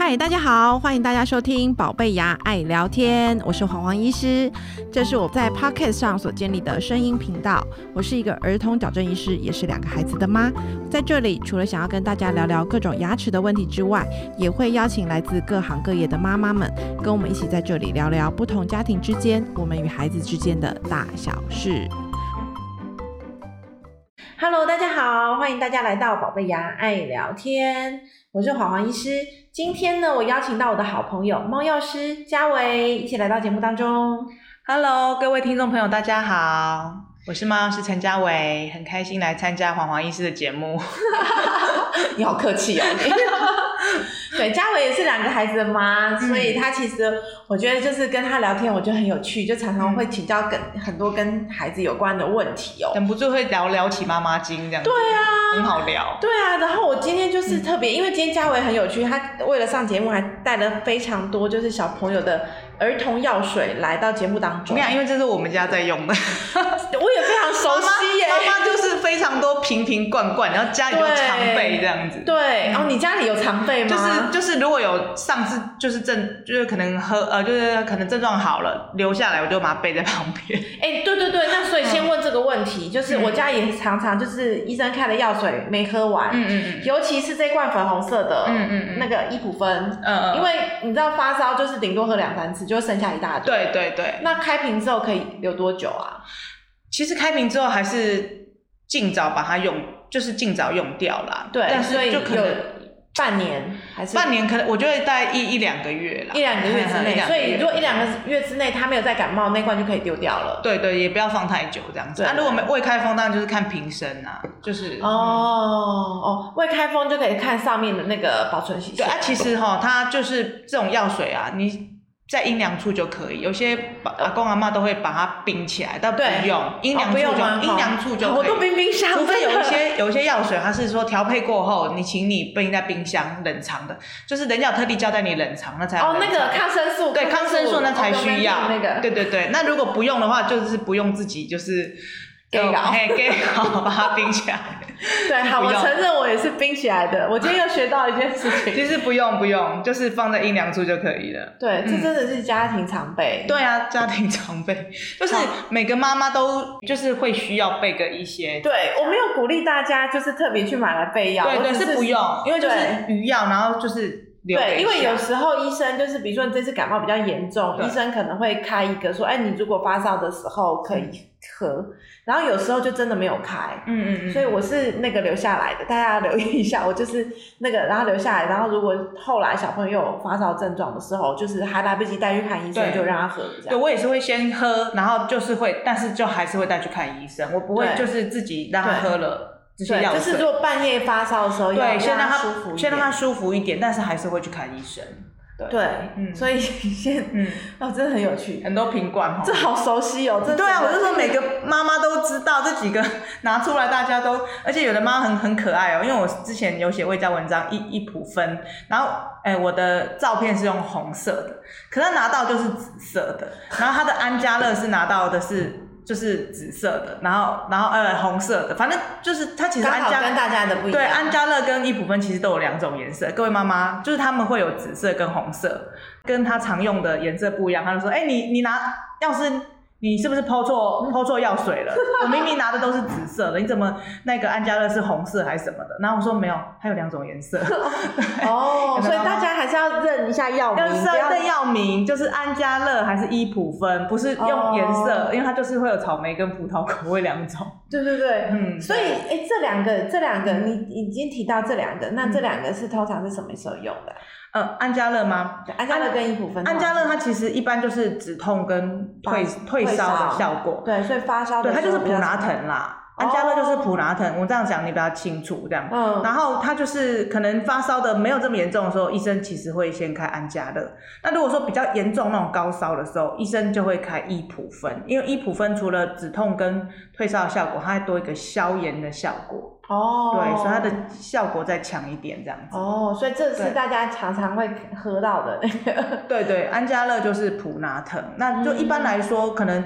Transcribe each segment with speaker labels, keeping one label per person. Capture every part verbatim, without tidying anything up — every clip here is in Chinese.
Speaker 1: 嗨，大家好，欢迎大家收听宝贝牙爱聊天，我是黄黄医师，这是我在 Podcast 上所建立的声音频道。我是一个儿童矫正医师，也是两个孩子的妈。在这里，除了想要跟大家聊聊各种牙齿的问题之外，也会邀请来自各行各业的妈妈们，跟我们一起在这里聊聊不同家庭之间，我们与孩子之间的大小事。Hello， 大家好，欢迎大家来到宝贝牙爱聊天，我是黄黄医师。今天呢，我邀请到我的好朋友猫药师嘉维一起来到节目当中。
Speaker 2: Hello， 各位听众朋友，大家好，我是猫药师陈嘉维，很开心来参加黄黄医师的节目。
Speaker 1: 你好客气哦。对，嘉维也是两个孩子的妈、嗯、所以他其实我觉得就是跟他聊天我觉得很有趣，就常常会请教跟、嗯、很多跟孩子有关的问题哦，
Speaker 2: 忍不住会聊聊起妈妈经这样子。
Speaker 1: 对啊，
Speaker 2: 很好聊。对
Speaker 1: 啊，然后我今天就是特别、嗯、因为今天嘉维很有趣，他为了上节目还带了非常多就是小朋友的儿童药水来到节目当中。
Speaker 2: 没有，因为这是我们家在用的。
Speaker 1: 我也非常熟悉耶。
Speaker 2: 妈妈就是非常多瓶瓶罐罐，然后家里有常备这样子。
Speaker 1: 对，然后、嗯哦、你家里有常备吗？
Speaker 2: 就是就是如果有上次就是症就是可能喝呃就是可能症状好了留下来，我就把它备在旁边。
Speaker 1: 哎、欸，对对对，那所以先问这个问题，嗯、就是我家也常常就是医生开的药水没喝完，嗯嗯嗯，尤其是这罐粉红色的，嗯嗯嗯，那个伊普芬，嗯嗯，因为你知道发烧就是顶多喝两三次就会剩下一大堆。
Speaker 2: 对对对。
Speaker 1: 那开瓶之后可以留多久啊？
Speaker 2: 其实开瓶之后还是尽早把它用，就是尽早用掉啦。
Speaker 1: 对，
Speaker 2: 但是就可能
Speaker 1: 半年还是
Speaker 2: 半年，可能我觉得大概一一两个月啦，
Speaker 1: 一两个月之内。所以如果一两个月之内他没有再感冒，那罐就可以丢掉了。对
Speaker 2: 对，也不要放太久这样子。那、啊、如果未开封，当然就是看瓶身啊，就是
Speaker 1: 哦、嗯、哦，未开封就可以看上面的那个保存期限。
Speaker 2: 对啊，其实哈、哦，它就是这种药水啊，你在阴凉处就可以，有些阿公阿嬷都会把它冰起来，但不用阴凉处就阴凉、哦、处就可以。
Speaker 1: 我都冰冰箱，
Speaker 2: 除非有一些有一些药水，它是说调配过后，你请你冰在冰箱冷藏的，就是人家有特地交代你冷藏，那才
Speaker 1: 哦那个抗生素，
Speaker 2: 对抗生素那才需要、
Speaker 1: 哦、那个，
Speaker 2: 对对对。那如果不用的话，就是不用自己就是
Speaker 1: 给搞，
Speaker 2: 嘿给搞，把它冰起来。
Speaker 1: 对，好，我承认我也是冰起来的。我今天又学到一件事情。
Speaker 2: 其实不用不用，就是放在阴凉处就可以了。
Speaker 1: 对，这真的是家庭常备。
Speaker 2: 对啊，家庭常备，就是每个妈妈都就是会需要备个一些。
Speaker 1: 对，我没有鼓励大家就是特别去买来备药。
Speaker 2: 对对，是不用，因为就是余药，然后就是留给。
Speaker 1: 对，因为有时候医生就是比如说你这次感冒比较严重，医生可能会开一个说，哎，你如果发烧的时候可以喝。然后有时候就真的没有开，嗯嗯嗯，所以我是那个留下来的，大家要留意一下，我就是那个然后留下来，然后如果后来小朋友有发烧症状的时候，就是还来不及带去看医生，就让他喝这样。
Speaker 2: 对，我也是会先喝，然后就是会，但是就还是会带去看医生，我不会就是自己让他喝了这些药水。
Speaker 1: 就是如果半夜发烧的时候，
Speaker 2: 对，先让他
Speaker 1: 舒服一点，
Speaker 2: 先让他舒服一点，但是还是会去看医生。
Speaker 1: 对, 对嗯，所以现嗯，哦，真的很有趣，
Speaker 2: 很多瓶罐哦，
Speaker 1: 这好熟悉哦，这
Speaker 2: 对啊，我就说每个妈妈都知道这几个拿出来，大家都，而且有的妈很很可爱哦，因为我之前有写卫教文章一一普分，然后哎，我的照片是用红色的，可是他拿到就是紫色的，然后他的安佳乐是拿到的是。就是紫色的，然后然后呃红色的，反正就是它其实安佳
Speaker 1: 跟大家的不一样。
Speaker 2: 对，安佳乐跟伊普芬其实都有两种颜色。各位妈妈，就是他们会有紫色跟红色，跟他常用的颜色不一样。他就说：“哎、欸，你你拿，要是你是不是抛错抛错药水了？我明明拿的都是紫色的，你怎么那个安佳乐是红色还是什么的？”然后我说：“没有，还有两种颜色。”
Speaker 1: 哦，所以大家还是要认一下药名，
Speaker 2: 要认药名，就是安佳乐还是伊普芬，不是用颜色，哦、因为它就是会有草莓跟葡萄口味两种。
Speaker 1: 对对对，嗯，所以哎，这两个这两个、嗯、你已经提到这两个，那这两个是通常是什么时候用的？
Speaker 2: 呃，安佳乐吗？
Speaker 1: 安佳乐跟伊普芬。
Speaker 2: 安佳乐它其实一般就是止痛跟退退烧的效果。
Speaker 1: 对，所以发烧的时候
Speaker 2: 对，它就是普拿疼啦。安佳乐就是普拿疼，我这样讲你比较清楚这样。嗯。然后它就是可能发烧的没有这么严重的时候，医生其实会先开安佳乐。那如果说比较严重那种高烧的时候，医生就会开伊普芬，因为伊普芬除了止痛跟退烧的效果，它还多一个消炎的效果。哦，对，所以它的效果再强一点，这样子。
Speaker 1: 哦，所以这是大家常常会喝到的那个。
Speaker 2: 对对，安佳乐就是普拿疼，那就一般来说，嗯、可能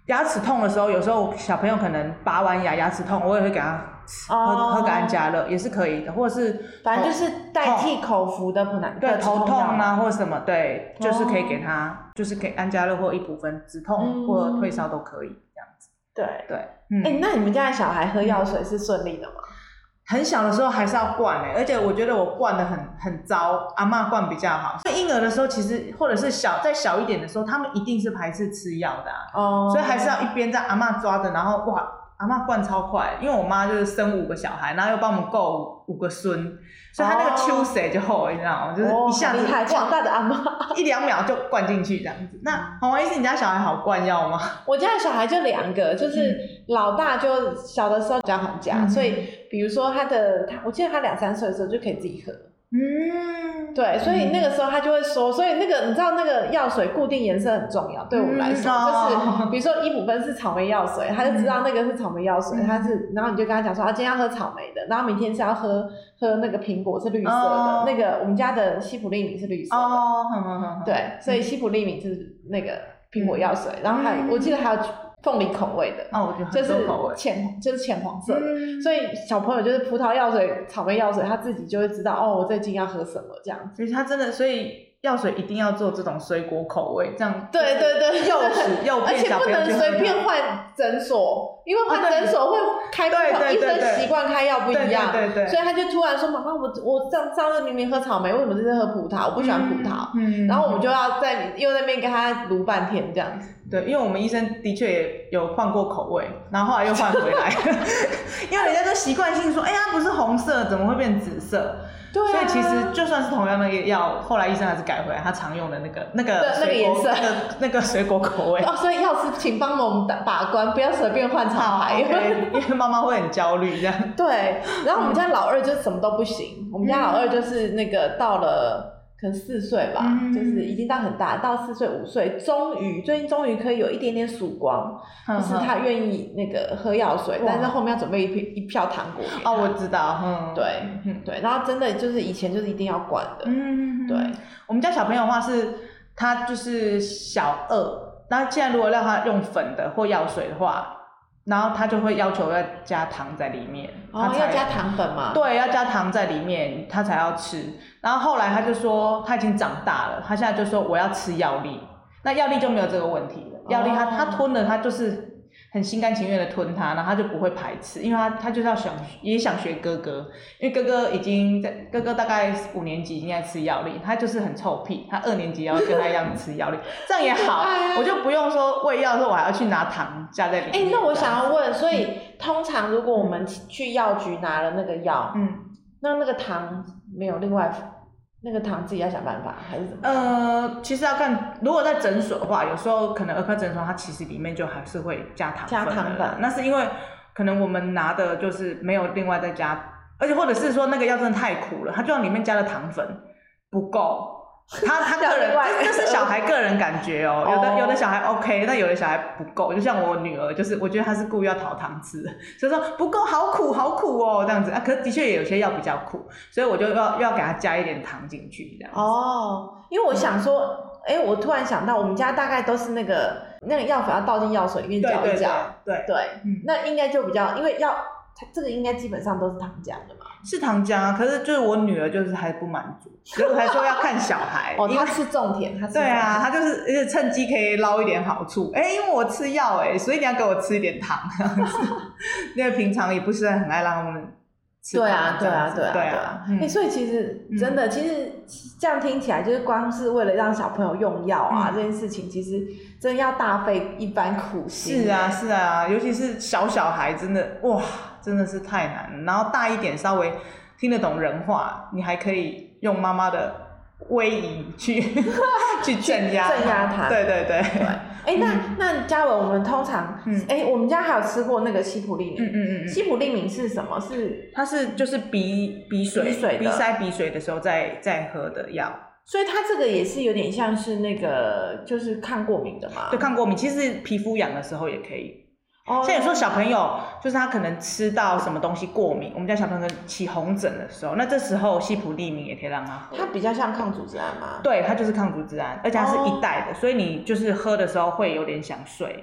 Speaker 2: 牙齿痛的时候，有时候小朋友可能拔完牙牙齿痛，我也会给他喝、哦、喝个安佳乐也是可以的，或者是
Speaker 1: 反正就是代替口服的普南
Speaker 2: 对头痛啊或者什么，对，就是可以给他、哦、就是给安佳乐或一部分止痛、嗯、或退烧都可以这样子。
Speaker 1: 对
Speaker 2: 对，
Speaker 1: 嗯，哎、欸，那你们家的小孩喝药水是顺利的吗？
Speaker 2: 很小的时候还是要灌诶、欸，而且我觉得我灌的很很糟，阿嬷灌比较好。所以婴儿的时候，其实或者是小再小一点的时候，他们一定是排斥吃药的啊，哦，所以还是要一边在阿嬷抓着，然后哇，阿嬷灌超快，因为我妈就是生五个小孩，然后又帮我们顾五个孙，所以她那个秋水就厚，你知道吗？就是一下子
Speaker 1: 厉害，强大的阿嬷，
Speaker 2: 一两秒就灌进去这样子。那黄医师，你家小孩好灌药吗？
Speaker 1: 我家的小孩就两个，就是老大就小的时候家好家、嗯，所以比如说他的他，我记得他两三岁的时候就可以自己喝。嗯，对，所以那个时候他就会说，所以那个你知道那个药水固定颜色很重要，对我们来说，嗯、就是比如说伊普芬是草莓药水，他就知道那个是草莓药水，他是，然后你就跟他讲说，他今天要喝草莓的，然后明天是要喝喝那个苹果是绿色的，哦、那个我们家的西普利敏是绿色的，哦，呵呵呵对，所以西普利敏是那个苹果药水，嗯、然后还有我记得还有凤梨口味的，
Speaker 2: 哦，我觉得很多口味，
Speaker 1: 就是浅就是浅黄色的、嗯，所以小朋友就是葡萄药水、草莓药水，他自己就会知道哦，我最近要喝什么这样子。
Speaker 2: 所以他真的，所以药水一定要做这种水果口味，这样
Speaker 1: 对对对，
Speaker 2: 诱使诱骗小朋友，
Speaker 1: 而且不能随便换诊所，因为换诊所会开不同，医生习惯开药不一样，对对对，所以他就突然说：“妈妈，我我上上次明明喝草莓，为什么这次喝葡萄？我不喜欢葡萄。嗯”嗯，然后我们就要在又在那边跟他撸半天这样子。
Speaker 2: 对，因为我们医生的确也有换过口味，然后后来又换回来，因为人家都习惯性说：“哎呀，不是红色，怎么会变紫色？”对、啊，所以其实就算是同样的药，后来医生还是改回来他常用的那个那个
Speaker 1: 那个颜色，
Speaker 2: 那个那个水果口味。
Speaker 1: 哦，所以药师请帮我们把关，不要随便换厂牌，因为
Speaker 2: 因为妈妈会很焦虑这样。
Speaker 1: 对，然后我们家老二就什么都不行，我们家老二就是那个到了。可能四岁吧、嗯，就是已经到很大，到四岁五岁，终于最近终于可以有一点点曙光，嗯、就是他愿意那个喝药水，但是后面要准备一票一票糖果。
Speaker 2: 哦，我知道，嗯，
Speaker 1: 对，嗯对，然后真的就是以前就是一定要管的，嗯，对。
Speaker 2: 我们家小朋友的话是，他就是小二，那现在如果让他用粉的或药水的话。然后他就会要求要加糖在里面，
Speaker 1: 哦，要加糖粉吗？
Speaker 2: 对，要加糖在里面，他才要吃。然后后来他就说他已经长大了，他现在就说我要吃药粒，那药粒就没有这个问题了。药粒他、哦、他吞了，他就是很心甘情愿的吞它，然后他就不会排斥，因为他他就是要想也想学哥哥，因为哥哥已经在哥哥大概五年级已经在吃药粒，他就是很臭屁，他二年级要跟他一样吃药粒，这样也好，我就不用说喂药的时候我还要去拿糖加在里面。
Speaker 1: 哎、欸，那我想要问，所以、嗯、通常如果我们去药局拿了那个药，嗯，那那个糖没有另外。那个糖自己要想办法还是怎么？
Speaker 2: 呃，其实要看，如果在诊所的话，有时候可能儿科诊所它其实里面就还是会加糖分的，加糖粉，那是因为可能我们拿的就是没有另外再加，而且或者是说那个药真的太苦了，它就算里面加了糖粉不够。他他个人这这是小孩个人感觉哦，有的有的小孩 OK， 但有的小孩不够，就像我女儿，就是我觉得她是故意要讨糖吃的，所以说不够，好苦好苦哦这样子啊。可是的确也有些药比较苦，所以我就要要给她加一点糖进去这样子。哦，
Speaker 1: 因为我想说，哎、嗯，我突然想到，我们家大概都是那个那个药粉要倒进药水里面搅一搅，
Speaker 2: 对对
Speaker 1: 对, 对, 对、嗯，那应该就比较，因为药这个应该基本上都是糖浆的嘛。
Speaker 2: 是糖浆啊，可是就是我女儿就是还不满足，所以我才说要看小孩。
Speaker 1: 哦，她吃重甜，她吃重甜。
Speaker 2: 对啊，她就是而且趁机可以捞一点好处。哎、欸，因为我吃药哎，所以你要给我吃一点糖这样子。因为平常也不是很爱让他们吃糖。
Speaker 1: 对啊，对啊，对啊，
Speaker 2: 对啊。
Speaker 1: 哎、嗯欸，所以其实真的、嗯，其实这样听起来，就是光是为了让小朋友用药啊、嗯、这件事情，其实真要大费一番苦心。
Speaker 2: 是啊，是啊，尤其是小小孩，真的哇。真的是太难了，然后大一点稍微听得懂人话，你还可以用妈妈的威仪去去镇压
Speaker 1: 镇压他。
Speaker 2: 对对对。对，
Speaker 1: 哎、欸，那、嗯、那嘉伟，我们通常，哎、嗯欸，我们家还有吃过那个西普利敏。嗯嗯嗯。西普利敏是什么？是
Speaker 2: 它是就是鼻鼻水
Speaker 1: 鼻水
Speaker 2: 鼻塞鼻水的时候再再喝的药。
Speaker 1: 所以它这个也是有点像是那个就是抗过敏的嘛。
Speaker 2: 对，抗过敏，其实皮肤痒的时候也可以。哦，像有时候小朋友就是他可能吃到什么东西过敏，我们家小朋友起红疹的时候，那这时候西普利敏也可以让他喝。
Speaker 1: 它比较像抗组织胺吗？
Speaker 2: 对，它就是抗组织胺，而且它是一袋的，哦、所以你就是喝的时候会有点想睡。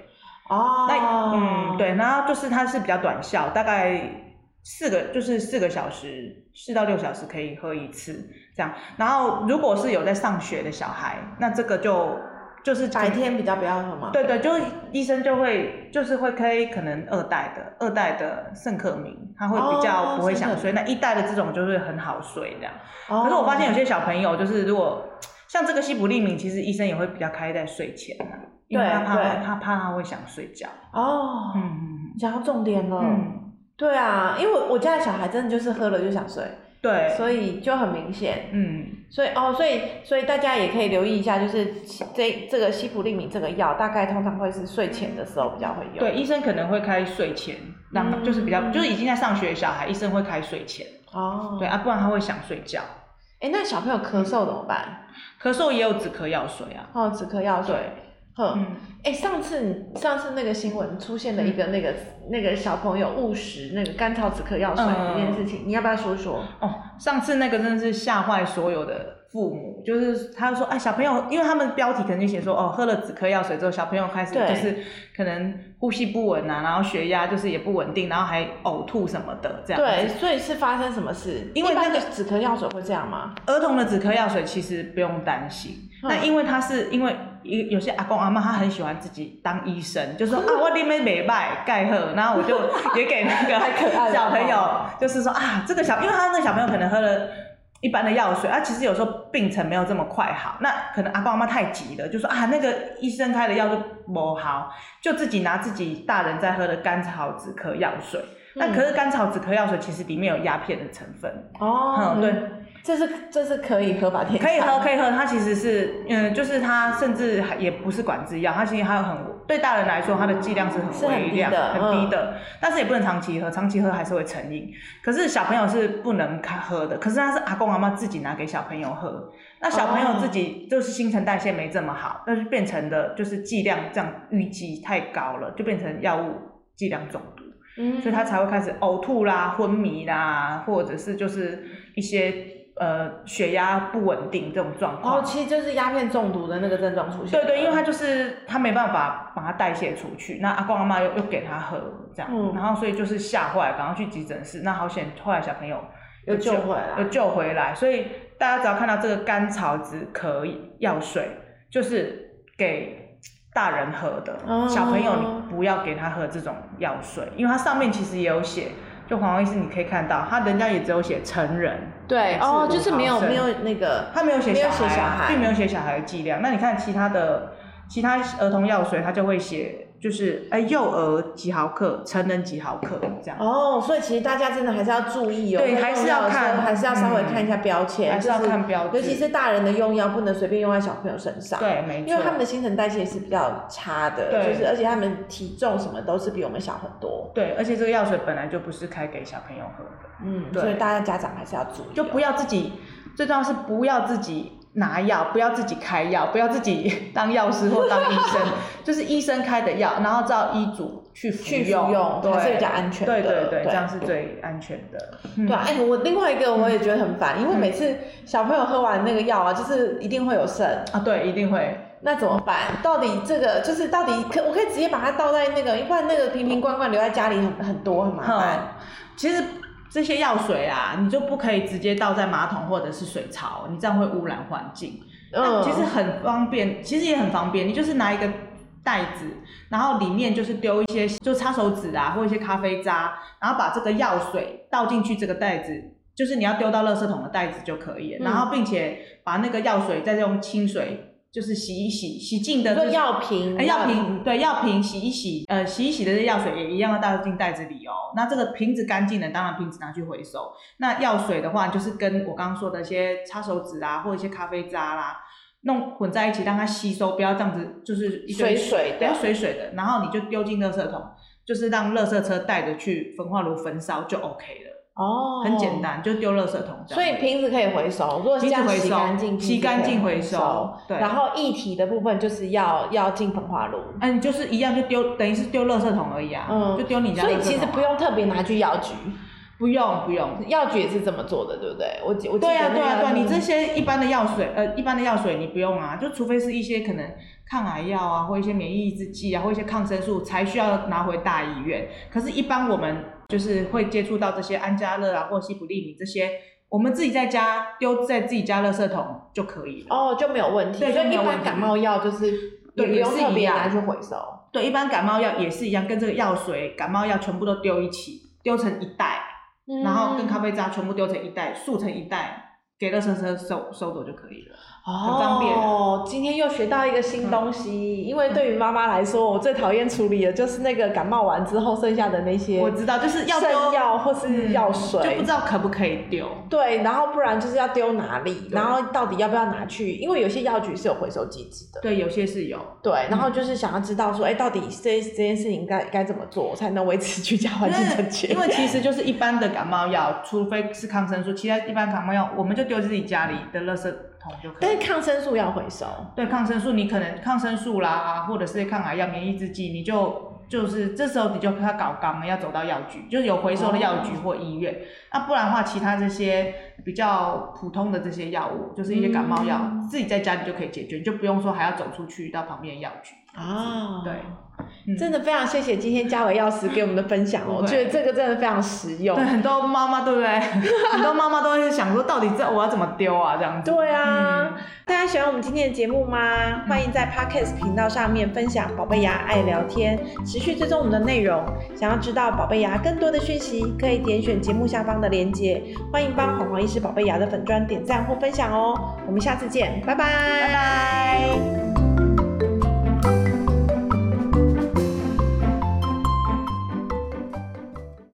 Speaker 1: 哦，
Speaker 2: 那嗯对，然后就是它是比较短效，大概四个就是四个小时，四到六小时可以喝一次这样。然后如果是有在上学的小孩，那这个就就是
Speaker 1: 白天比较不要喝吗？
Speaker 2: 对对，就是医生就会就是会开可能二代的二代的圣克明，他会比较不会想睡。哦、那一代的这种就是很好睡这样。哦、可是我发现有些小朋友就是如果像这个西普利敏，其实医生也会比较开在睡前啊，因为他怕他怕他会想睡觉。
Speaker 1: 哦，嗯，讲到重点了。嗯，对啊，因为我我家的小孩真的就是喝了就想睡。
Speaker 2: 对，
Speaker 1: 所以就很明显，
Speaker 2: 嗯，
Speaker 1: 所以哦，所以所以大家也可以留意一下，就是这这个西普利敏这个药，大概通常会是睡前的时候比较会用。
Speaker 2: 对，医生可能会开睡前，让、嗯、就是比较就是已经在上学的小孩，医生会开睡前。哦，对啊，不然他会想睡觉。
Speaker 1: 哎，那小朋友咳嗽怎么办？
Speaker 2: 咳嗽也有止咳药水啊。
Speaker 1: 哦，止咳药水。
Speaker 2: 对。
Speaker 1: 嗯，哎、欸，上次上次那个新闻出现了一个那个、嗯、那个小朋友误食那个甘草止咳药水这件事情，嗯、你要不要说说？
Speaker 2: 哦，上次那个真的是吓坏所有的父母，就是他说，哎，小朋友，因为他们标题可能就写说，哦，喝了止咳药水之后，小朋友开始就是可能呼吸不稳啊，然后血压就是也不稳定，然后还呕吐什么的这样。
Speaker 1: 对，所以是发生什么事？因为那个止咳药水会这样吗？
Speaker 2: 儿童的止咳药水其实不用担心，嗯、那因为它是因为。有些阿公阿嬷他很喜欢自己当医生，就说啊我里面没卖钙喝，然后我就也给那个小朋友，就是说啊这个小，因为他那个小朋友可能喝了一般的药水，啊其实有时候病程没有这么快好，那可能阿公阿嬷太急了，就说啊那个医生开的药就不好，就自己拿自己大人在喝的甘草止咳药水，那、嗯、可是甘草止咳药水其实里面有鸦片的成分哦，嗯对。
Speaker 1: 这是这是可以喝吧？
Speaker 2: 可以喝，可以喝。它其实是，嗯，就是它甚至也不是管制药，它其实还有很对大人来说，它的剂量是很微量、很低的，很低的嗯、但是也不能长期喝，长期喝还是会成瘾。可是小朋友是不能喝的，可是它是阿公阿嬷自己拿给小朋友喝，那小朋友自己就是新陈代谢没这么好，那就变成的就是剂量这样淤积太高了，就变成药物剂量中毒。嗯，所以他才会开始呕吐啦、昏迷啦，或者是就是一些。呃，血压不稳定这种状况，
Speaker 1: 哦，其实就是鸦片中毒的那个症状出现。
Speaker 2: 对对，因为他就是他没办法把它代谢出去，那阿公阿嬷又又给他喝这样，嗯、然后所以就是吓坏，赶快去急诊室。那好险，后来小朋友
Speaker 1: 又救回来，
Speaker 2: 又救回来。所以大家只要看到这个甘草止咳药水，就是给大人喝的，哦、小朋友你不要给他喝这种药水，因为它上面其实也有写。就黄黄医师，你可以看到，他人家也只有写成人，
Speaker 1: 对，哦，就是没有没有那个，
Speaker 2: 他没有写小孩、啊，
Speaker 1: 没有写小孩，
Speaker 2: 并没有写小孩的剂量。那你看其他的其他儿童药水，他就会写，就是哎，幼儿几毫克，成人几毫克这样。
Speaker 1: 哦，所以其实大家真的还是要注意哦，
Speaker 2: 对，还是要看，
Speaker 1: 还是要稍微看一下标签，
Speaker 2: 嗯、还是要看标签，
Speaker 1: 尤其是大人的用药不能随便用在小朋友身上，
Speaker 2: 对，没错，
Speaker 1: 因为他们的新陈代谢是比较差的，
Speaker 2: 对，
Speaker 1: 就是而且他们体重什么都是比我们小很多，
Speaker 2: 对，而且这个药水本来就不是开给小朋友喝的，
Speaker 1: 嗯，所以大家家长还是要注意、哦，
Speaker 2: 就不要自己，最重要是不要自己。拿药不要自己开药，不要自己当药师或当医生，就是医生开的药，然后照医嘱去服用，
Speaker 1: 去服用才是比较安全的。
Speaker 2: 对对 对, 对，这样是最安全的。
Speaker 1: 嗯、对啊，哎、欸，我另外一个我也觉得很烦，嗯、因为每次小朋友喝完那个药啊，就是一定会有剩
Speaker 2: 啊，对，一定会。
Speaker 1: 那怎么办？到底这个就是到底可我可以直接把它倒在那个，不然那个瓶瓶罐罐留在家里很很多很麻烦。
Speaker 2: 其实。这些药水啊，你就不可以直接倒在马桶或者是水槽，你这样会污染环境。嗯，其实很方便，其实也很方便，你就是拿一个袋子，然后里面就是丢一些就擦手纸啊，或一些咖啡渣，然后把这个药水倒进去这个袋子，就是你要丢到垃圾桶的袋子就可以了。嗯、然后并且把那个药水再用清水。就是洗一洗，洗净的、就是，
Speaker 1: 药瓶，
Speaker 2: 哎，药瓶，对，药瓶洗一洗，呃，洗一洗的这药水也一样要倒进袋子里哦。那这个瓶子干净的，当然瓶子拿去回收。那药水的话，就是跟我刚刚说的一些擦手纸啊，或者一些咖啡渣啦，弄混在一起，让它吸收，不要这样子，就是一
Speaker 1: 水水的，
Speaker 2: 不要水水的。然后你就丢进垃圾桶，就是让垃圾车带着去焚化炉焚烧就 OK 了。哦，很简单，就丢垃圾桶这样。
Speaker 1: 所以瓶子可以回收，如果是这样洗干净，
Speaker 2: 洗干净回收。对，
Speaker 1: 然后液体的部分就是要要进焚化炉。
Speaker 2: 嗯，就是一样，就丢，等于是丢垃圾桶而已啊。嗯，就丢你家垃圾桶、啊。
Speaker 1: 所以其实不用特别拿去药局。
Speaker 2: 不用不用，
Speaker 1: 药局也是这么做的，对不对？我我记得
Speaker 2: 对啊对啊对啊，
Speaker 1: 你
Speaker 2: 你这些一般的药水，呃，一般的药水你不用啊，就除非是一些可能抗癌药啊，或一些免疫抑制剂啊，或一些抗生素才需要拿回大医院。可是，一般我们就是会接触到这些安佳乐啊，或西普利敏这些，我们自己在家丢在自己家垃圾桶就可以了。
Speaker 1: 哦，就没有问题。
Speaker 2: 对，
Speaker 1: 所以一般感冒药就是
Speaker 2: 对，
Speaker 1: 不用特别拿去回收。
Speaker 2: 对，一般感冒药也是一样，跟这个药水、感冒药全部都丢一起，丢成一袋。嗯、然后跟咖啡渣全部丢成一袋，束成一袋，给垃圾车收收走就可以了，哦、很方便。
Speaker 1: 哦，今天又学到一个新东西，嗯、因为对于妈妈来说，我最讨厌处理的就是那个感冒完之后剩下的那些，
Speaker 2: 我知道，就是要
Speaker 1: 剩药或是药水、嗯，
Speaker 2: 就不知道可不可以丢。
Speaker 1: 对，然后不然就是要丢哪里，然后到底要不要拿去？因为有些药局是有回收机制的，
Speaker 2: 对，有些是有。
Speaker 1: 对，然后就是想要知道说，哎、欸，到底这这件事情该该怎么做才能维持居家环境整洁？
Speaker 2: 因为其实就是一般的感冒药，除非是抗生素，其他一般感冒药我们就丢自己家里的垃圾桶就可以。
Speaker 1: 但是抗生素要回收。
Speaker 2: 对，抗生素你可能抗生素啦，或者是抗癌药、免疫制剂，你就就是这时候你就要搞纲，要走到药局，就是有回收的药局或医院。哦、那不然的话，其他这些比较普通的这些药物，就是一些感冒药，嗯、自己在家里就可以解决，你就不用说还要走出去到旁边的药局。
Speaker 1: 哦，
Speaker 2: 对。
Speaker 1: 嗯、真的非常谢谢今天嘉伟药师给我们的分享，我觉得这个真的非常实用。
Speaker 2: 对，很多妈妈对不对？很多妈妈都会想说，到底这我要怎么丢啊？这样子。
Speaker 1: 对啊，嗯、大家喜欢我们今天的节目吗？欢迎在 Podcast 频道上面分享宝贝牙爱聊天，持续追踪我们的内容。想要知道宝贝牙更多的讯息，可以点选节目下方的连结。欢迎帮黄黄医师宝贝牙的粉专点赞或分享哦。我们下次见，拜拜，
Speaker 2: 拜拜。